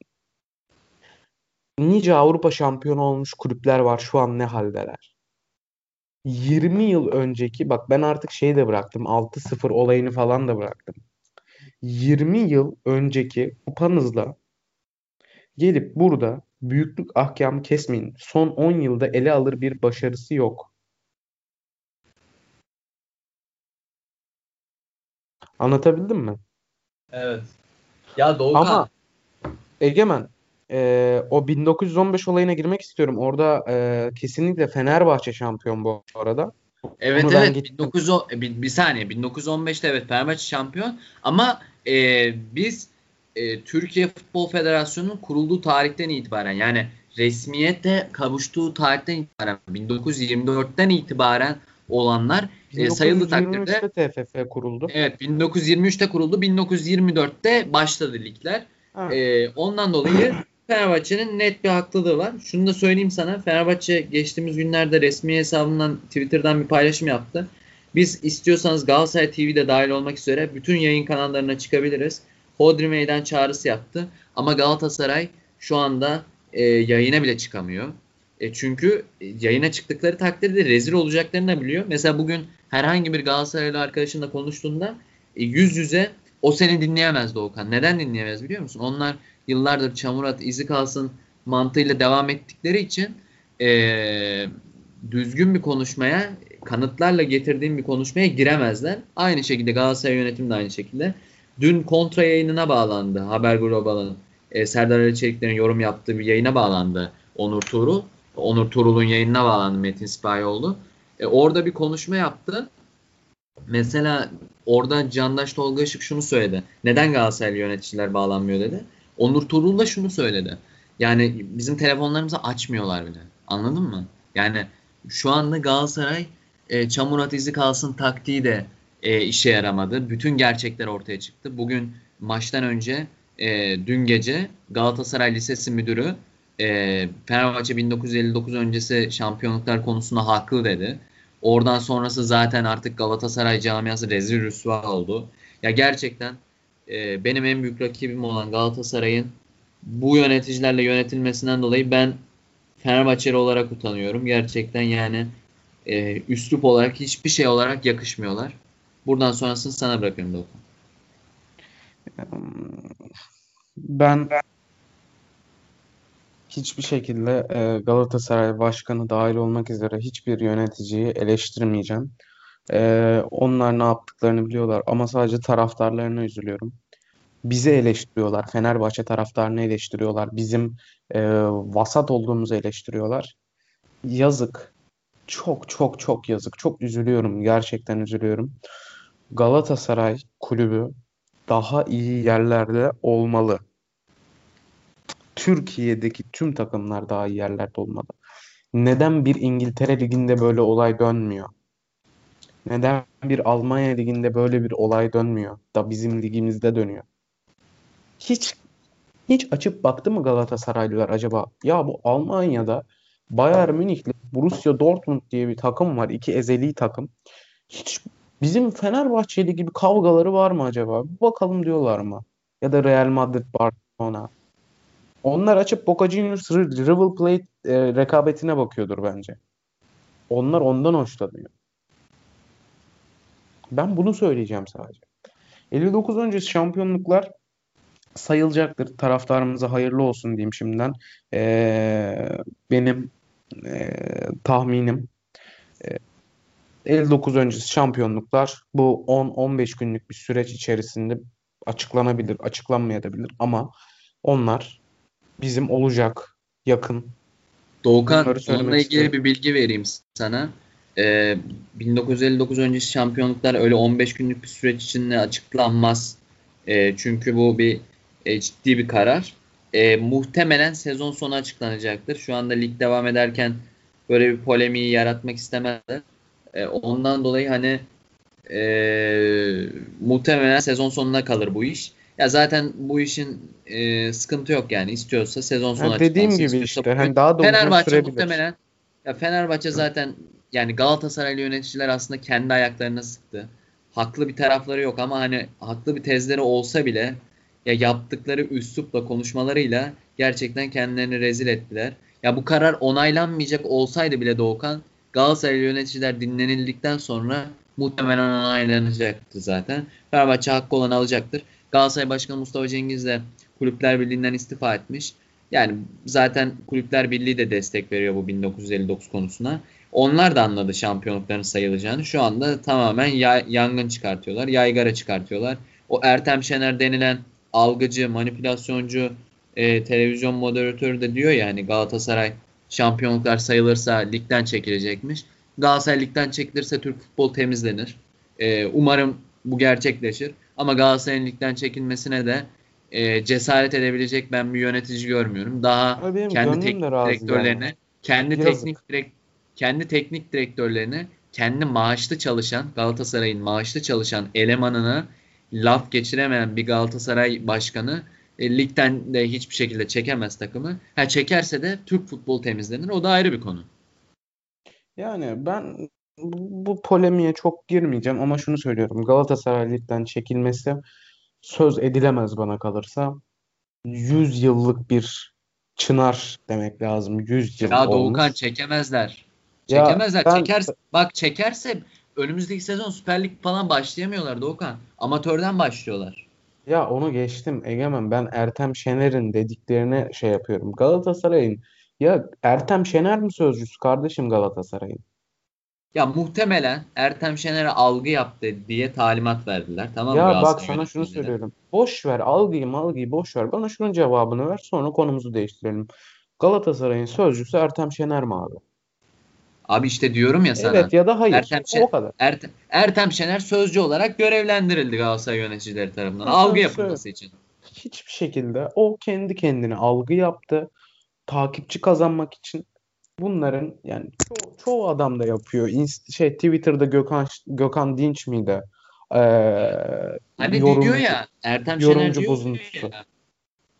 nice Avrupa şampiyonu olmuş kulüpler var şu an ne haldeler? yirmi yıl önceki bak ben artık şeyi de bıraktım. altı sıfır olayını falan da bıraktım. yirmi yıl önceki kupanızla gelip burada büyüklük ahkamı kesmeyin. Son on yılda ele alır bir başarısı yok. Anlatabildim mi? Evet. Ya Ama Doğukan, Egemen, e, o bin dokuz yüz on beş olayına girmek istiyorum. Orada e, kesinlikle Fenerbahçe şampiyon bu arada. evet, Bunu ben evet, gittim. bin dokuz yüz on, e, bir, bir saniye, bin dokuz yüz on beşte evet Fenerbahçe şampiyon, ama e, biz e, Türkiye Futbol Federasyonu'nun kurulduğu tarihten itibaren, yani resmiyete kavuştuğu tarihten itibaren, bin dokuz yüz yirmi dörtten itibaren olanlar e, sayılı takdirde. bin dokuz yüz yirmi üçte T F F kuruldu. Evet, bin dokuz yüz yirmi üçte kuruldu. bin dokuz yüz yirmi dörtte başladı ligler. Ha. Ee, ondan dolayı Fenerbahçe'nin net bir haklılığı var. Şunu da söyleyeyim sana. Fenerbahçe geçtiğimiz günlerde resmi hesabından Twitter'dan bir paylaşım yaptı. Biz istiyorsanız Galatasaray T V'de dahil olmak üzere bütün yayın kanallarına çıkabiliriz. Hodri Meydan çağrısı yaptı. Ama Galatasaray şu anda e, yayına bile çıkamıyor. E, çünkü yayına çıktıkları takdirde rezil olacaklarını da biliyor. Mesela bugün herhangi bir Galatasaraylı arkadaşınla konuştuğunda e, yüz yüze o seni dinleyemez Doğukan. Neden dinleyemez biliyor musun? Onlar yıllardır çamur at izi kalsın mantığıyla devam ettikleri için e, düzgün bir konuşmaya, kanıtlarla getirdiğim bir konuşmaya giremezler. Aynı şekilde Galatasaray yönetimi de aynı şekilde. Dün kontra yayınına bağlandı. Haber Global'ın e, Serdar Ali Çelikler'in yorum yaptığı bir yayına bağlandı Onur Tuğrul. Onur Tuğrul'un yayınına bağlandı Metin Sipahoğlu. E, orada bir konuşma yaptı. Mesela orada Candaş Tolga Işık şunu söyledi. Neden Galatasaraylı yöneticiler bağlanmıyor dedi. Onur Tuğrul da şunu söyledi. Yani bizim telefonlarımızı açmıyorlar bile. Anladın mı? Yani şu anda Galatasaray e, çamur at izi kalsın taktiği de e, işe yaramadı. Bütün gerçekler ortaya çıktı. Bugün maçtan önce e, dün gece Galatasaray Lisesi müdürü e, Fenerbahçe bin dokuz yüz elli dokuz öncesi şampiyonluklar konusunda haklı dedi. Oradan sonrası zaten artık Galatasaray camiası rezil rüsva oldu. Ya gerçekten e, benim en büyük rakibim olan Galatasaray'ın bu yöneticilerle yönetilmesinden dolayı ben Fenerbahçeli olarak utanıyorum. Gerçekten yani e, üslup olarak hiçbir şey olarak yakışmıyorlar. Buradan sonrasını sana bırakıyorum Doğukan. Ben hiçbir şekilde e, Galatasaray Başkanı dahil olmak üzere hiçbir yöneticiyi eleştirmeyeceğim. E, onlar ne yaptıklarını biliyorlar ama sadece taraftarlarına üzülüyorum. Bizi eleştiriyorlar. Fenerbahçe taraftarını eleştiriyorlar. Bizim e, vasat olduğumuzu eleştiriyorlar. Yazık. Çok çok çok yazık. Çok üzülüyorum. Gerçekten üzülüyorum. Galatasaray kulübü daha iyi yerlerde olmalı. Türkiye'deki tüm takımlar daha iyi yerlerde olmalı. Neden bir İngiltere Ligi'nde böyle olay dönmüyor? Neden bir Almanya Ligi'nde böyle bir olay dönmüyor? Da bizim ligimizde dönüyor. Hiç hiç açıp baktı mı Galatasaraylılar acaba? Ya bu Almanya'da Bayern Münih'le Borussia Dortmund diye bir takım var. İki ezeli takım. Hiç bizim Fenerbahçeli gibi kavgaları var mı acaba? Bir bakalım diyorlar mı? Ya da Real Madrid, Barcelona. Onlar açıp Boca Juniors River Plate e, rekabetine bakıyordur bence. Onlar ondan hoşlanıyor. Ben bunu söyleyeceğim sadece. elli dokuz öncesi şampiyonluklar sayılacaktır. Taraftarımıza hayırlı olsun diyeyim şimdiden. Ee, benim e, tahminim e, elli dokuz öncesi şampiyonluklar bu on on beş günlük bir süreç içerisinde açıklanabilir, açıklanmayabilir ama onlar bizim olacak yakın. Doğukan, Bunları onunla söylemek ilgili istiyorum. bir bilgi vereyim sana. Ee, bin dokuz yüz elli dokuz öncesi şampiyonluklar öyle on beş günlük bir süreç içinde açıklanmaz. Ee, çünkü bu bir e, ciddi bir karar. Ee, muhtemelen sezon sonu açıklanacaktır. Şu anda lig devam ederken böyle bir polemiği yaratmak istemezler. Ee, ondan dolayı hani e, muhtemelen sezon sonuna kalır bu iş. Ya zaten bu işin e, sıkıntı yok yani. İstiyorsa sezon sonu Ha, dediğim açıklansın. gibi İstiyorsa işte bugün. hani daha da uzun Fenerbahçe sürebilir. muhtemelen ya Fenerbahçe zaten yani Galatasaraylı yöneticiler aslında kendi ayaklarına sıktı. Haklı bir tarafları yok ama hani haklı bir tezleri olsa bile ya yaptıkları üslupla konuşmalarıyla gerçekten kendilerini rezil ettiler. Ya bu karar onaylanmayacak olsaydı bile Doğukan Galatasaraylı yöneticiler dinlenildikten sonra muhtemelen onaylanacaktı zaten. Fenerbahçe hakkı olanı alacaktır. Galatasaray Başkanı Mustafa Cengiz de Kulüpler Birliği'nden istifa etmiş. Yani zaten Kulüpler Birliği de destek veriyor bu bin dokuz yüz elli dokuz konusuna. Onlar da anladı şampiyonlukların sayılacağını. Şu anda tamamen ya- yangın çıkartıyorlar, yaygara çıkartıyorlar. O Ertem Şener denilen algıcı, manipülasyoncu e, televizyon moderatörü de diyor ya hani Galatasaray şampiyonluklar sayılırsa ligden çekilecekmiş. Galatasaray ligden çekilirse Türk futbol temizlenir. Ee, umarım bu gerçekleşir. Ama Galatasaray'ın ligden çekilmesine de e, cesaret edebilecek ben bir yönetici görmüyorum. Daha Ama benim kendi gönlüm de teknik razı yani. direktörlerine, kendi Yazık. teknik direkt kendi teknik direktörlerine, kendi maaşlı çalışan Galatasaray'ın maaşlı çalışan elemanına laf geçiremeyen bir Galatasaray başkanı e, ligden de hiçbir şekilde çekemez takımı. Ha çekerse de Türk futbol temizlenir. O da ayrı bir konu. Yani ben bu, bu polemiğe çok girmeyeceğim ama şunu söylüyorum. Galatasaray Lig'den çekilmesi söz edilemez bana kalırsa. yüz yıllık bir çınar demek lazım. yüz yıl Ya Doğukan olmuş. çekemezler. Ya Çekemezler. ben Çeker, bak çekerse önümüzdeki sezon Süper Lig falan başlayamıyorlar Doğukan. Amatörden başlıyorlar. ya onu geçtim Egemen. Ben Ertem Şener'in dediklerine şey yapıyorum. Galatasaray'ın ya Ertem Şener mi sözcüsü kardeşim Galatasaray'ın? Ya muhtemelen Ertem Şener'e algı yaptı diye talimat verdiler. Tamam mı Ya bak Galatasaray sana şunu yönetmenleri? söylüyorum. Boş ver algıyı malgıyı boş ver. Bana şunun cevabını ver sonra konumuzu değiştirelim. Galatasaray'ın sözcüsü Ertem Şener mi abi? Abi işte diyorum ya sana. Evet ya da hayır. Ertem, O Şe- kadar. Ertem, Ertem Şener sözcü olarak görevlendirildi Galatasaray yöneticileri tarafından. Ben Algı sana söyleyeyim. yapılması için. Hiçbir şekilde o kendi kendine algı yaptı. Takipçi kazanmak için bunların yani çoğu, çoğu adam da yapıyor. İnst şey Twitter'da Gökhan Gökhan Dinç miydi? Ee, Hani diyor yorumcu ya Ertem Şener yorumcu diyor bozuntusu. ya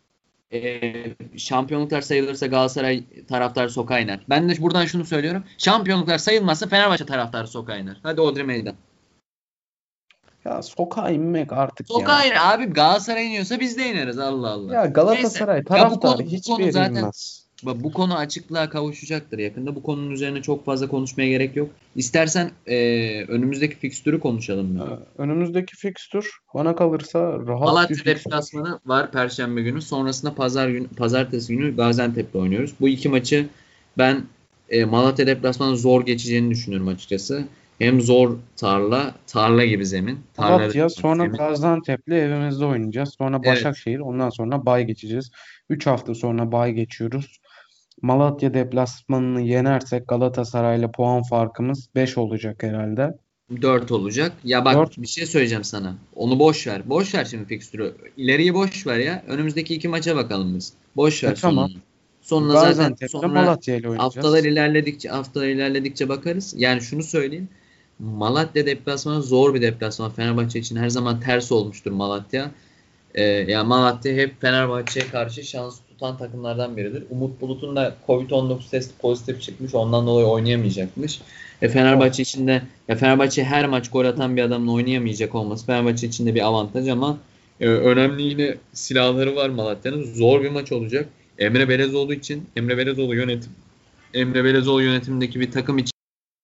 e, şampiyonluklar sayılırsa Galatasaray taraftarı sokağa iner. Ben de buradan şunu söylüyorum. Şampiyonluklar sayılmazsa Fenerbahçe taraftarı sokağa iner. Hadi Odri Meydan. Ya sokağa inmek artık Sokağa ya. iner. Abi Galatasaray iniyorsa biz de ineriz. Allah Allah. Ya Neyse. Galatasaray Ya bu taraftarı konu bu hiçbir konu yere zaten inmez. bak, bu konu açıklığa kavuşacaktır yakında. Bu konunun üzerine çok fazla konuşmaya gerek yok. İstersen e, önümüzdeki fikstürü konuşalım Ee, mı? Önümüzdeki fikstür bana kalırsa rahat bir Malatya fikstür. deplasmanı var Perşembe günü. Sonrasında pazar günü, pazartesi günü Gaziantep'le oynuyoruz. Bu iki maçı ben e, Malatya deplasmanı zor geçeceğini düşünüyorum açıkçası. Hem zor tarla, tarla gibi zemin. Tarla Malatya, sonra zemin. Gaziantep'le evimizde oynayacağız. Sonra Evet. Başakşehir, ondan sonra bay geçeceğiz. Üç hafta sonra bay geçiyoruz. Malatya deplasmanını yenersek Galatasaray'la puan farkımız beş olacak herhalde. Dört olacak. Ya bak Dört. bir şey söyleyeceğim sana. Onu boş ver. Boş ver şimdi fikstürü. İleriyi boş ver ya. Önümüzdeki iki maça bakalım biz. Boş E ver tamam. sonunu. Sonuna zaten Gaziantep'le sonra Malatya ile haftalar oynayacağız. ilerledikçe haftalar ilerledikçe bakarız. Yani şunu söyleyeyim. Malatya deplasmanı zor bir deplasman. Fenerbahçe için her zaman ters olmuştur Malatya. Ee, yani Malatya hep Fenerbahçe'ye karşı şans tutan takımlardan biridir. Umut Bulut'un da covid on dokuz testi pozitif çıkmış. Ondan dolayı oynayamayacakmış. E Of. Fenerbahçe için de ya Fenerbahçe her maç gol atan bir adamın oynayamayacak olması Fenerbahçe için de bir avantaj ama e, önemli yine silahları var Malatya'nın. Zor bir maç olacak. Emre Belezoğlu için Emre Belezoğlu yönetim Emre Belezoğlu yönetimindeki bir takım için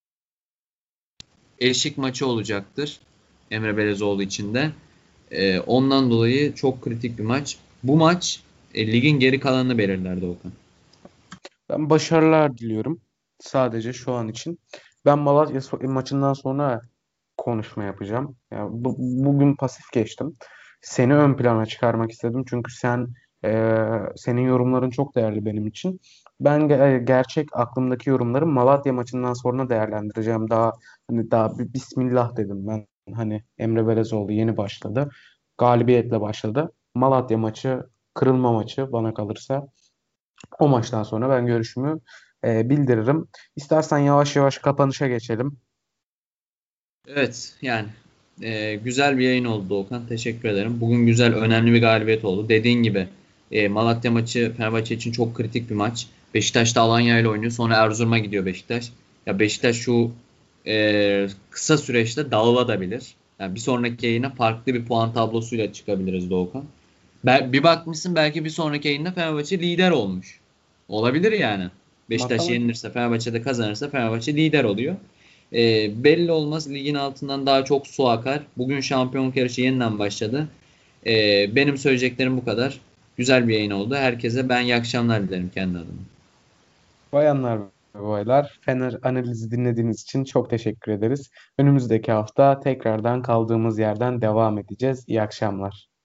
eşik maçı olacaktır. Emre Belezoğlu için de. Ee, ondan dolayı çok kritik bir maç. Bu maç e, ligin geri kalanını belirler Doğukan. Ben başarılar diliyorum. Sadece şu an için. Ben Malatya so- maçından sonra konuşma yapacağım. Yani bu, bugün pasif geçtim. Seni ön plana çıkarmak istedim. Çünkü sen e, senin yorumların çok değerli benim için. Ben ge- gerçek aklımdaki yorumları Malatya maçından sonra değerlendireceğim. Daha hani daha bir Bismillah dedim ben. Hani Emre Belezoğlu yeni başladı. Galibiyetle başladı. Malatya maçı kırılma maçı bana kalırsa. O maçtan sonra ben görüşümü e, bildiririm. İstersen yavaş yavaş kapanışa geçelim. Evet yani e, güzel bir yayın oldu Doğukan. Teşekkür ederim. Bugün güzel önemli bir galibiyet oldu. Dediğin gibi e, Malatya maçı Fenerbahçe için çok kritik bir maç. Beşiktaş da Alanya ile oynuyor. Sonra Erzurum'a gidiyor Beşiktaş. Ya Beşiktaş şu e, kısa süreçte dağılabilir. Yani bir sonraki yayına farklı bir puan tablosuyla çıkabiliriz Doğukan. Ben, bir bakmışsın belki bir sonraki yayında Fenerbahçe lider olmuş. Olabilir yani. Beşiktaş Matematik. yenilirse Fenerbahçe de kazanırsa Fenerbahçe lider oluyor. Ee, belli olmaz. Ligin altından daha çok su akar. Bugün şampiyonluk yarışı yeniden başladı. Ee, benim söyleyeceklerim bu kadar. Güzel bir yayın oldu. Herkese ben iyi akşamlar dilerim kendi adıma. Bayanlar ve baylar, Fener analizi dinlediğiniz için çok teşekkür ederiz. Önümüzdeki hafta tekrardan kaldığımız yerden devam edeceğiz. İyi akşamlar.